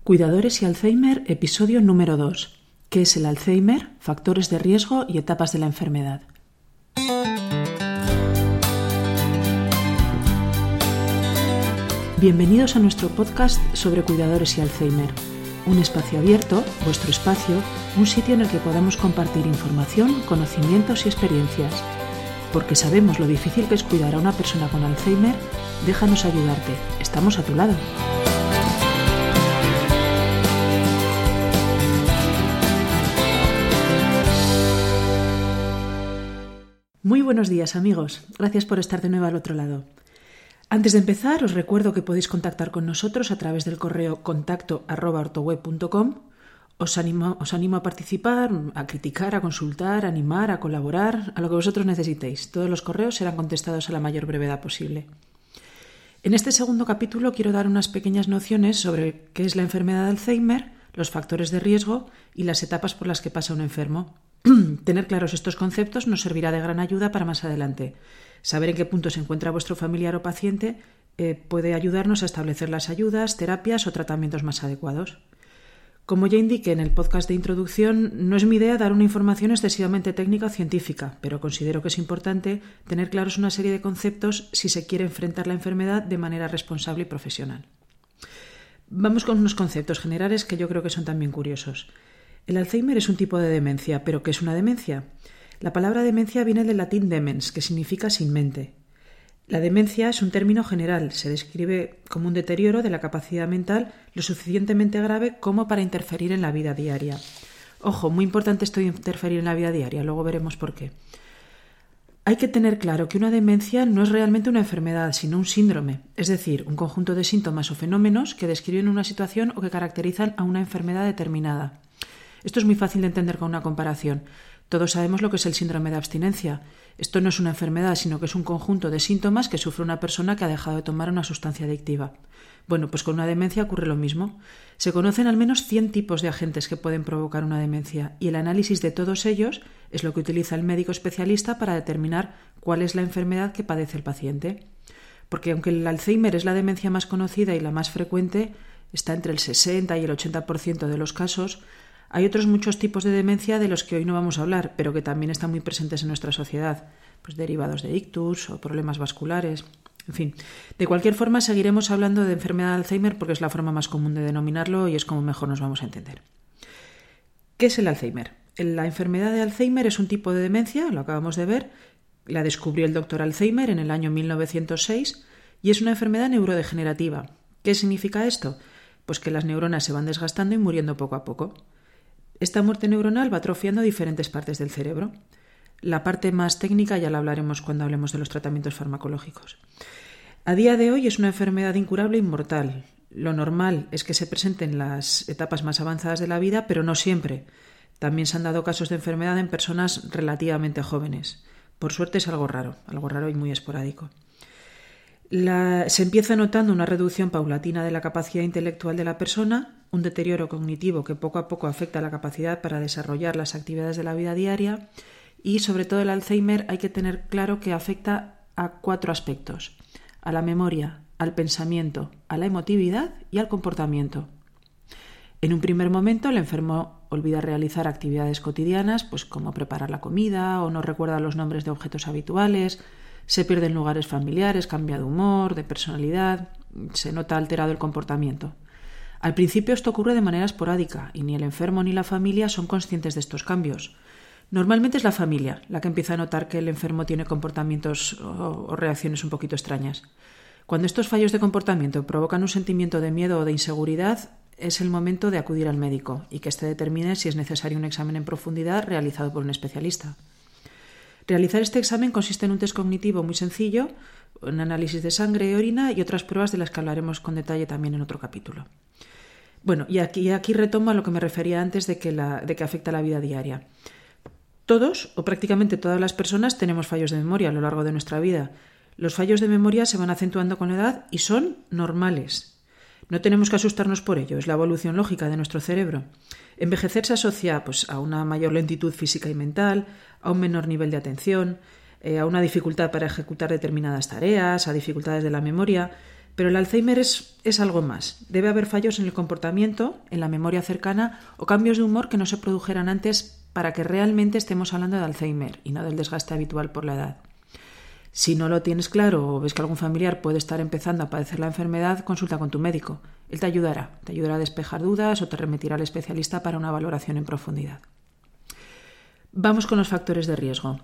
Cuidadores y Alzheimer, episodio número 2. ¿Qué es el Alzheimer? Factores de riesgo y etapas de la enfermedad. Bienvenidos a nuestro podcast sobre cuidadores y Alzheimer. Un espacio abierto, vuestro espacio, un sitio en el que podamos compartir información, conocimientos y experiencias. Porque sabemos lo difícil que es cuidar a una persona con Alzheimer, déjanos ayudarte. Estamos a tu lado. Muy buenos días, amigos. Gracias por estar de nuevo al otro lado. Antes de empezar, os recuerdo que podéis contactar con nosotros a través del correo contacto@ortoweb.com. Os animo a participar, a criticar, a consultar, a animar, a colaborar, a lo que vosotros necesitéis. Todos los correos serán contestados a la mayor brevedad posible. En este segundo capítulo quiero dar unas pequeñas nociones sobre qué es la enfermedad de Alzheimer, los factores de riesgo y las etapas por las que pasa un enfermo. Tener claros estos conceptos nos servirá de gran ayuda para más adelante. Saber en qué punto se encuentra vuestro familiar o paciente puede ayudarnos a establecer las ayudas, terapias o tratamientos más adecuados. Como ya indiqué en el podcast de introducción, no es mi idea dar una información excesivamente técnica o científica, pero considero que es importante tener claros una serie de conceptos si se quiere enfrentar la enfermedad de manera responsable y profesional. Vamos con unos conceptos generales que yo creo que son también curiosos. El Alzheimer es un tipo de demencia, ¿pero qué es una demencia? La palabra demencia viene del latín demens, que significa sin mente. La demencia es un término general, se describe como un deterioro de la capacidad mental lo suficientemente grave como para interferir en la vida diaria. Ojo, muy importante esto de interferir en la vida diaria, luego veremos por qué. Hay que tener claro que una demencia no es realmente una enfermedad, sino un síndrome, es decir, un conjunto de síntomas o fenómenos que describen una situación o que caracterizan a una enfermedad determinada. Esto es muy fácil de entender con una comparación. Todos sabemos lo que es el síndrome de abstinencia. Esto no es una enfermedad, sino que es un conjunto de síntomas que sufre una persona que ha dejado de tomar una sustancia adictiva. Bueno, pues con una demencia ocurre lo mismo. Se conocen al menos 100 tipos de agentes que pueden provocar una demencia y el análisis de todos ellos es lo que utiliza el médico especialista para determinar cuál es la enfermedad que padece el paciente. Porque aunque el Alzheimer es la demencia más conocida y la más frecuente, está entre el 60 y el 80% de los casos. Hay otros muchos tipos de demencia de los que hoy no vamos a hablar, pero que también están muy presentes en nuestra sociedad, pues derivados de ictus o problemas vasculares. En fin, de cualquier forma seguiremos hablando de enfermedad de Alzheimer porque es la forma más común de denominarlo y es como mejor nos vamos a entender. ¿Qué es el Alzheimer? La enfermedad de Alzheimer es un tipo de demencia, lo acabamos de ver, la descubrió el doctor Alzheimer en el año 1906 y es una enfermedad neurodegenerativa. ¿Qué significa esto? Pues que las neuronas se van desgastando y muriendo poco a poco. Esta muerte neuronal va atrofiando diferentes partes del cerebro. La parte más técnica ya la hablaremos cuando hablemos de los tratamientos farmacológicos. A día de hoy es una enfermedad incurable e inmortal. Lo normal es que se presente en las etapas más avanzadas de la vida, pero no siempre. También se han dado casos de enfermedad en personas relativamente jóvenes. Por suerte es algo raro y muy esporádico. Se empieza notando una reducción paulatina de la capacidad intelectual de la persona, un deterioro cognitivo que poco a poco afecta la capacidad para desarrollar las actividades de la vida diaria y, sobre todo, el Alzheimer hay que tener claro que afecta a 4 aspectos: a la memoria, al pensamiento, a la emotividad y al comportamiento. En un primer momento, el enfermo olvida realizar actividades cotidianas, pues como preparar la comida o no recuerda los nombres de objetos habituales. Se pierde en lugares familiares, cambia de humor, de personalidad, se nota alterado el comportamiento. Al principio esto ocurre de manera esporádica y ni el enfermo ni la familia son conscientes de estos cambios. Normalmente es la familia la que empieza a notar que el enfermo tiene comportamientos o reacciones un poquito extrañas. Cuando estos fallos de comportamiento provocan un sentimiento de miedo o de inseguridad, es el momento de acudir al médico y que éste determine si es necesario un examen en profundidad realizado por un especialista. Realizar este examen consiste en un test cognitivo muy sencillo, un análisis de sangre y orina y otras pruebas de las que hablaremos con detalle también en otro capítulo. Bueno, y aquí retomo a lo que me refería antes de que afecta a la vida diaria. Todos, o prácticamente todas las personas, tenemos fallos de memoria a lo largo de nuestra vida. Los fallos de memoria se van acentuando con la edad y son normales. No tenemos que asustarnos por ello, es la evolución lógica de nuestro cerebro. Envejecer se asocia a una mayor lentitud física y mental, a un menor nivel de atención, a una dificultad para ejecutar determinadas tareas, a dificultades de la memoria. Pero el Alzheimer es algo más. Debe haber fallos en el comportamiento, en la memoria cercana o cambios de humor que no se produjeran antes para que realmente estemos hablando de Alzheimer y no del desgaste habitual por la edad. Si no lo tienes claro o ves que algún familiar puede estar empezando a padecer la enfermedad, consulta con tu médico. Él te ayudará a despejar dudas o te remitirá al especialista para una valoración en profundidad. Vamos con los factores de riesgo.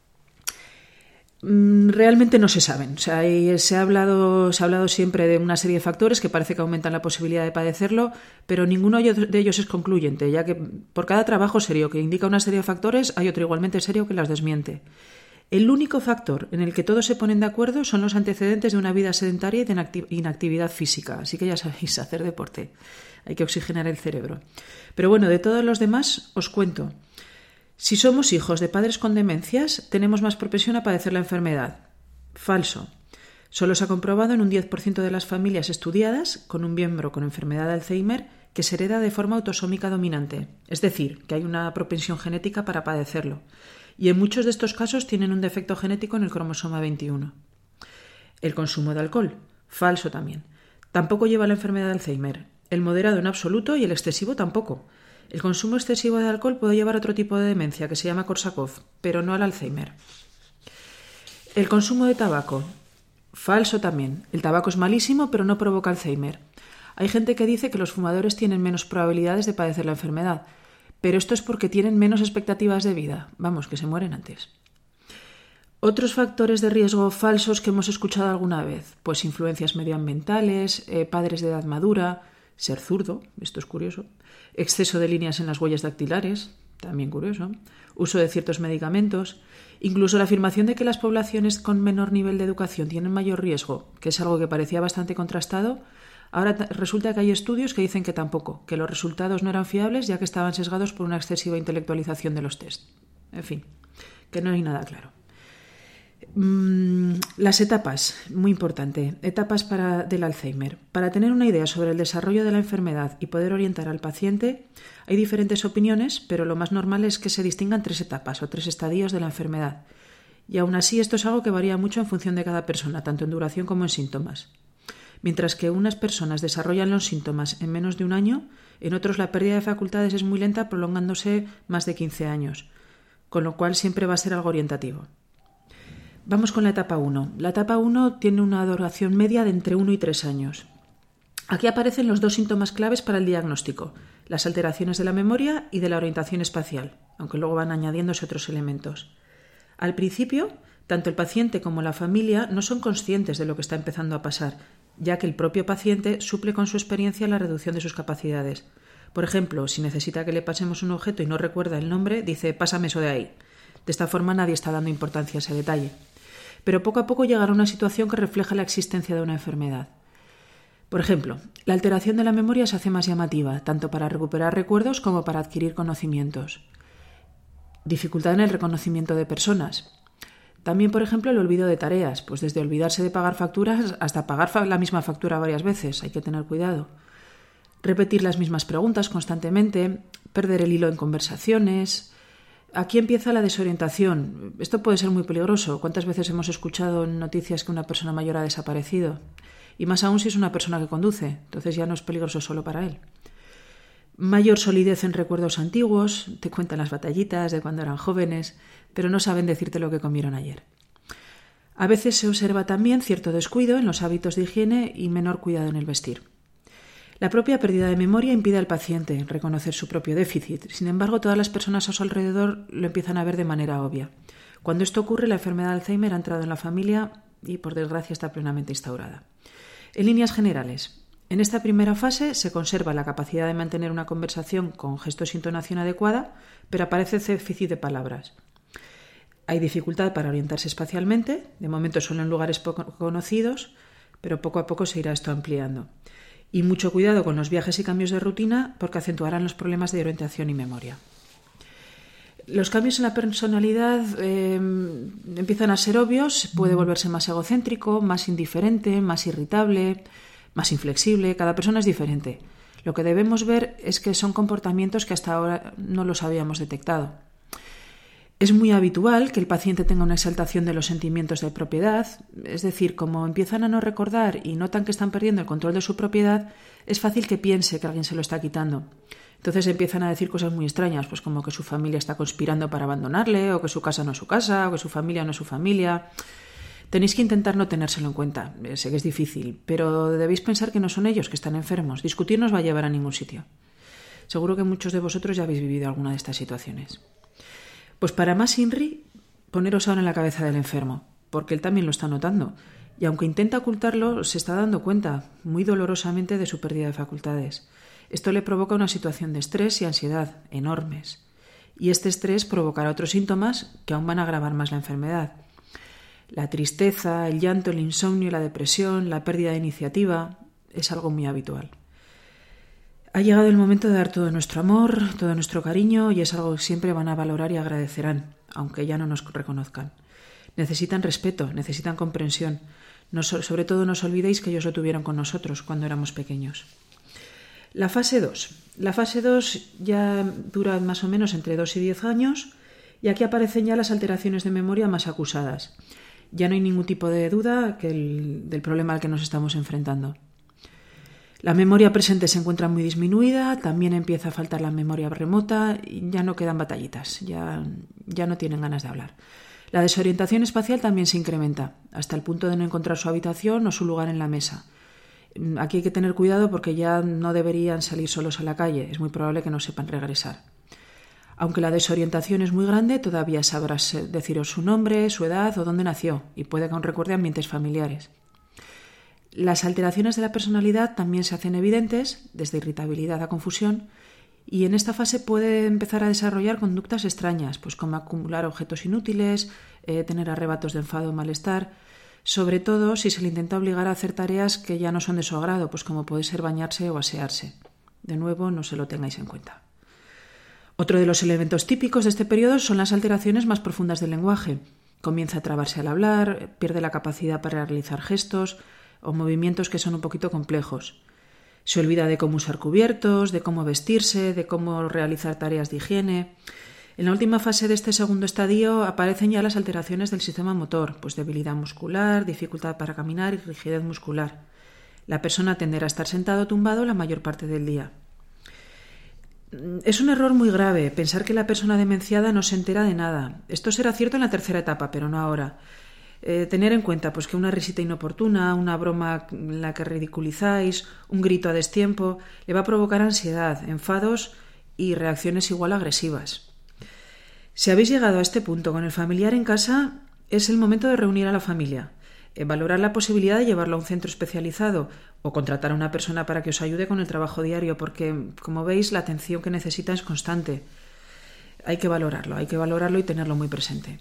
Realmente no se saben. Se ha hablado siempre de una serie de factores que parece que aumentan la posibilidad de padecerlo, pero ninguno de ellos es concluyente, ya que por cada trabajo serio que indica una serie de factores hay otro igualmente serio que las desmiente. El único factor en el que todos se ponen de acuerdo son los antecedentes de una vida sedentaria y de inactividad física, así que ya sabéis, hacer deporte. Hay que oxigenar el cerebro. Pero bueno, de todos los demás os cuento. Si somos hijos de padres con demencias, tenemos más propensión a padecer la enfermedad. Falso. Solo se ha comprobado en un 10% de las familias estudiadas con un miembro con enfermedad de Alzheimer que se hereda de forma autosómica dominante, es decir, que hay una propensión genética para padecerlo. Y en muchos de estos casos tienen un defecto genético en el cromosoma 21. El consumo de alcohol. Falso también. Tampoco lleva la enfermedad de Alzheimer. El moderado en absoluto y el excesivo tampoco. El consumo excesivo de alcohol puede llevar a otro tipo de demencia que se llama Korsakoff, pero no al Alzheimer. El consumo de tabaco. Falso también. El tabaco es malísimo, pero no provoca Alzheimer. Hay gente que dice que los fumadores tienen menos probabilidades de padecer la enfermedad, pero esto es porque tienen menos expectativas de vida. Vamos, que se mueren antes. Otros factores de riesgo falsos que hemos escuchado alguna vez, pues influencias medioambientales, padres de edad madura, ser zurdo, esto es curioso, exceso de líneas en las huellas dactilares, también curioso, uso de ciertos medicamentos, incluso la afirmación de que las poblaciones con menor nivel de educación tienen mayor riesgo, que es algo que parecía bastante contrastado. Ahora resulta que hay estudios que dicen que tampoco, que los resultados no eran fiables ya que estaban sesgados por una excesiva intelectualización de los test. En fin, que no hay nada claro. Las etapas, muy importante, etapas del Alzheimer. Para tener una idea sobre el desarrollo de la enfermedad y poder orientar al paciente, hay diferentes opiniones, pero lo más normal es que se distingan 3 etapas o 3 estadios de la enfermedad. Y aún así esto es algo que varía mucho en función de cada persona, tanto en duración como en síntomas. Mientras que unas personas desarrollan los síntomas en menos de un año, en otros la pérdida de facultades es muy lenta, prolongándose más de 15 años, con lo cual siempre va a ser algo orientativo. Vamos con la etapa 1. La etapa 1 tiene una duración media de entre 1 y 3 años. Aquí aparecen los 2 síntomas claves para el diagnóstico, las alteraciones de la memoria y de la orientación espacial, aunque luego van añadiéndose otros elementos. Al principio, tanto el paciente como la familia no son conscientes de lo que está empezando a pasar, ya que el propio paciente suple con su experiencia la reducción de sus capacidades. Por ejemplo, si necesita que le pasemos un objeto y no recuerda el nombre, dice «pásame eso de ahí». De esta forma nadie está dando importancia a ese detalle. Pero poco a poco llegará una situación que refleja la existencia de una enfermedad. Por ejemplo, la alteración de la memoria se hace más llamativa, tanto para recuperar recuerdos como para adquirir conocimientos. Dificultad en el reconocimiento de personas. También, por ejemplo, el olvido de tareas, pues desde olvidarse de pagar facturas hasta pagar la misma factura varias veces, hay que tener cuidado. Repetir las mismas preguntas constantemente, perder el hilo en conversaciones. Aquí empieza la desorientación. Esto puede ser muy peligroso. ¿Cuántas veces hemos escuchado en noticias que una persona mayor ha desaparecido? Y más aún si es una persona que conduce, entonces ya no es peligroso solo para él. Mayor solidez en recuerdos antiguos, te cuentan las batallitas de cuando eran jóvenes, pero no saben decirte lo que comieron ayer. A veces se observa también cierto descuido en los hábitos de higiene y menor cuidado en el vestir. La propia pérdida de memoria impide al paciente reconocer su propio déficit. Sin embargo, todas las personas a su alrededor lo empiezan a ver de manera obvia. Cuando esto ocurre, la enfermedad de Alzheimer ha entrado en la familia y, por desgracia, está plenamente instaurada. En líneas generales, en esta primera fase se conserva la capacidad de mantener una conversación con gestos y entonación adecuada, pero aparece déficit de palabras. Hay dificultad para orientarse espacialmente, de momento solo en lugares poco conocidos, pero poco a poco se irá esto ampliando. Y mucho cuidado con los viajes y cambios de rutina porque acentuarán los problemas de orientación y memoria. Los cambios en la personalidad empiezan a ser obvios, puede volverse más egocéntrico, más indiferente, más irritable, más inflexible, cada persona es diferente. Lo que debemos ver es que son comportamientos que hasta ahora no los habíamos detectado. Es muy habitual que el paciente tenga una exaltación de los sentimientos de propiedad, es decir, como empiezan a no recordar y notan que están perdiendo el control de su propiedad, es fácil que piense que alguien se lo está quitando. Entonces empiezan a decir cosas muy extrañas, pues como que su familia está conspirando para abandonarle, o que su casa no es su casa, o que su familia no es su familia. Tenéis que intentar no tenérselo en cuenta. Sé que es difícil, pero debéis pensar que no son ellos que están enfermos. Discutir no os va a llevar a ningún sitio. Seguro que muchos de vosotros ya habéis vivido alguna de estas situaciones. Pues para más INRI, poneros ahora en la cabeza del enfermo, porque él también lo está notando. Y aunque intenta ocultarlo, se está dando cuenta, muy dolorosamente, de su pérdida de facultades. Esto le provoca una situación de estrés y ansiedad enormes. Y este estrés provocará otros síntomas que aún van a agravar más la enfermedad. La tristeza, el llanto, el insomnio, la depresión, la pérdida de iniciativa es algo muy habitual. Ha llegado el momento de dar todo nuestro amor, todo nuestro cariño, y es algo que siempre van a valorar y agradecerán, aunque ya no nos reconozcan. Necesitan respeto, necesitan comprensión. Sobre todo no os olvidéis que ellos lo tuvieron con nosotros cuando éramos pequeños. La fase 2. La fase 2 ya dura más o menos entre 2 y 10 años, y aquí aparecen ya las alteraciones de memoria más acusadas. Ya no hay ningún tipo de duda del problema al que nos estamos enfrentando. La memoria presente se encuentra muy disminuida, también empieza a faltar la memoria remota y ya no quedan batallitas, ya no tienen ganas de hablar. La desorientación espacial también se incrementa, hasta el punto de no encontrar su habitación o su lugar en la mesa. Aquí hay que tener cuidado porque ya no deberían salir solos a la calle, es muy probable que no sepan regresar. Aunque la desorientación es muy grande, todavía sabrás deciros su nombre, su edad o dónde nació, y puede que aún recuerde ambientes familiares. Las alteraciones de la personalidad también se hacen evidentes, desde irritabilidad a confusión, y en esta fase puede empezar a desarrollar conductas extrañas, pues como acumular objetos inútiles, tener arrebatos de enfado o malestar, sobre todo si se le intenta obligar a hacer tareas que ya no son de su agrado, pues como puede ser bañarse o asearse. De nuevo, no se lo tengáis en cuenta. Otro de los elementos típicos de este periodo son las alteraciones más profundas del lenguaje. Comienza a trabarse al hablar, pierde la capacidad para realizar gestos o movimientos que son un poquito complejos. Se olvida de cómo usar cubiertos, de cómo vestirse, de cómo realizar tareas de higiene. En la última fase de este segundo estadio aparecen ya las alteraciones del sistema motor, pues debilidad muscular, dificultad para caminar y rigidez muscular. La persona tenderá a estar sentado o tumbado la mayor parte del día. Es un error muy grave pensar que la persona demenciada no se entera de nada. Esto será cierto en la tercera etapa, pero no ahora. Tener en cuenta pues, que una risita inoportuna, una broma en la que ridiculizáis, un grito a destiempo, le va a provocar ansiedad, enfados y reacciones igual agresivas. Si habéis llegado a este punto con el familiar en casa, es el momento de reunir a la familia, valorar la posibilidad de llevarlo a un centro especializado o contratar a una persona para que os ayude con el trabajo diario, porque, como veis, la atención que necesita es constante. Hay que valorarlo y tenerlo muy presente.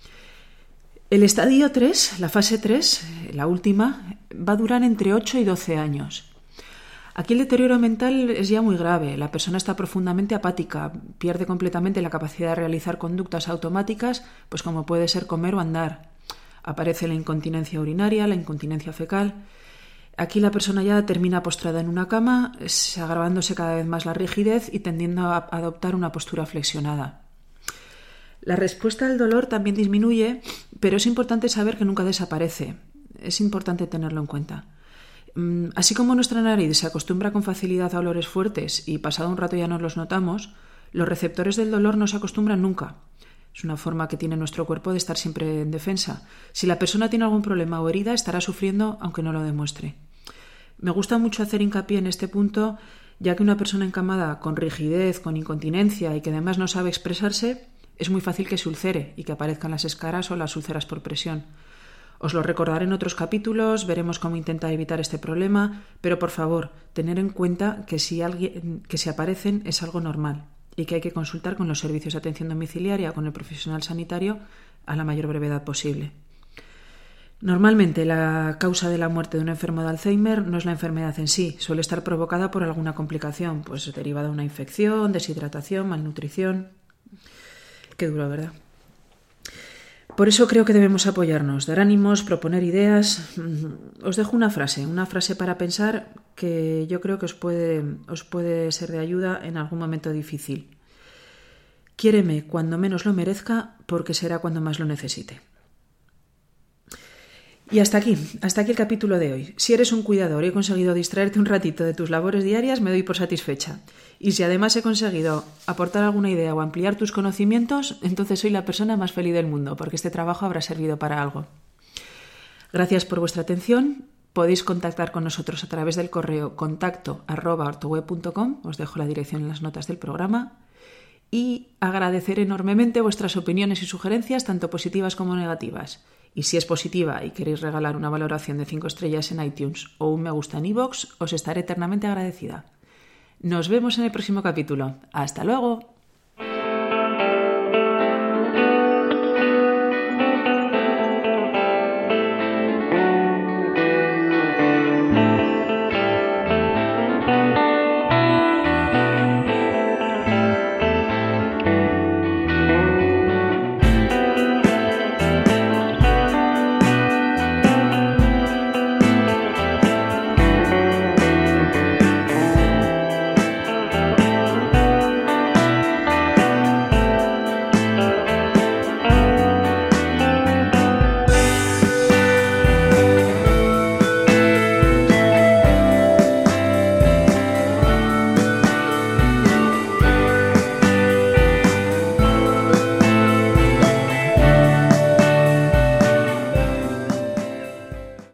El estadio 3, la fase 3, la última, va a durar entre 8 y 12 años. Aquí el deterioro mental es ya muy grave. La persona está profundamente apática, pierde completamente la capacidad de realizar conductas automáticas, pues como puede ser comer o andar. Aparece la incontinencia urinaria, la incontinencia fecal. Aquí la persona ya termina postrada en una cama, agravándose cada vez más la rigidez y tendiendo a adoptar una postura flexionada. La respuesta al dolor también disminuye, pero es importante saber que nunca desaparece. Es importante tenerlo en cuenta. Así como nuestra nariz se acostumbra con facilidad a olores fuertes y pasado un rato ya no los notamos, los receptores del dolor no se acostumbran nunca. Es una forma que tiene nuestro cuerpo de estar siempre en defensa. Si la persona tiene algún problema o herida, estará sufriendo aunque no lo demuestre. Me gusta mucho hacer hincapié en este punto, ya que una persona encamada con rigidez, con incontinencia y que además no sabe expresarse, es muy fácil que se ulcere y que aparezcan las escaras o las úlceras por presión. Os lo recordaré en otros capítulos, veremos cómo intentar evitar este problema, pero por favor, tener en cuenta que si aparecen es algo normal y que hay que consultar con los servicios de atención domiciliaria o con el profesional sanitario a la mayor brevedad posible. Normalmente la causa de la muerte de un enfermo de Alzheimer no es la enfermedad en sí, suele estar provocada por alguna complicación, pues derivada de una infección, deshidratación, malnutrición. Qué duro, ¿verdad? Por eso creo que debemos apoyarnos, dar ánimos, proponer ideas. Os dejo una frase para pensar que yo creo que os puede ser de ayuda en algún momento difícil. Quiéreme cuando menos lo merezca, porque será cuando más lo necesite. Y hasta aquí el capítulo de hoy. Si eres un cuidador y he conseguido distraerte un ratito de tus labores diarias, me doy por satisfecha. Y si además he conseguido aportar alguna idea o ampliar tus conocimientos, entonces soy la persona más feliz del mundo, porque este trabajo habrá servido para algo. Gracias por vuestra atención. Podéis contactar con nosotros a través del correo contacto@ortoweb.com. Os dejo la dirección en las notas del programa. Y agradecer enormemente vuestras opiniones y sugerencias, tanto positivas como negativas. Y si es positiva y queréis regalar una valoración de 5 estrellas en iTunes o un me gusta en iVoox, os estaré eternamente agradecida. Nos vemos en el próximo capítulo. ¡Hasta luego!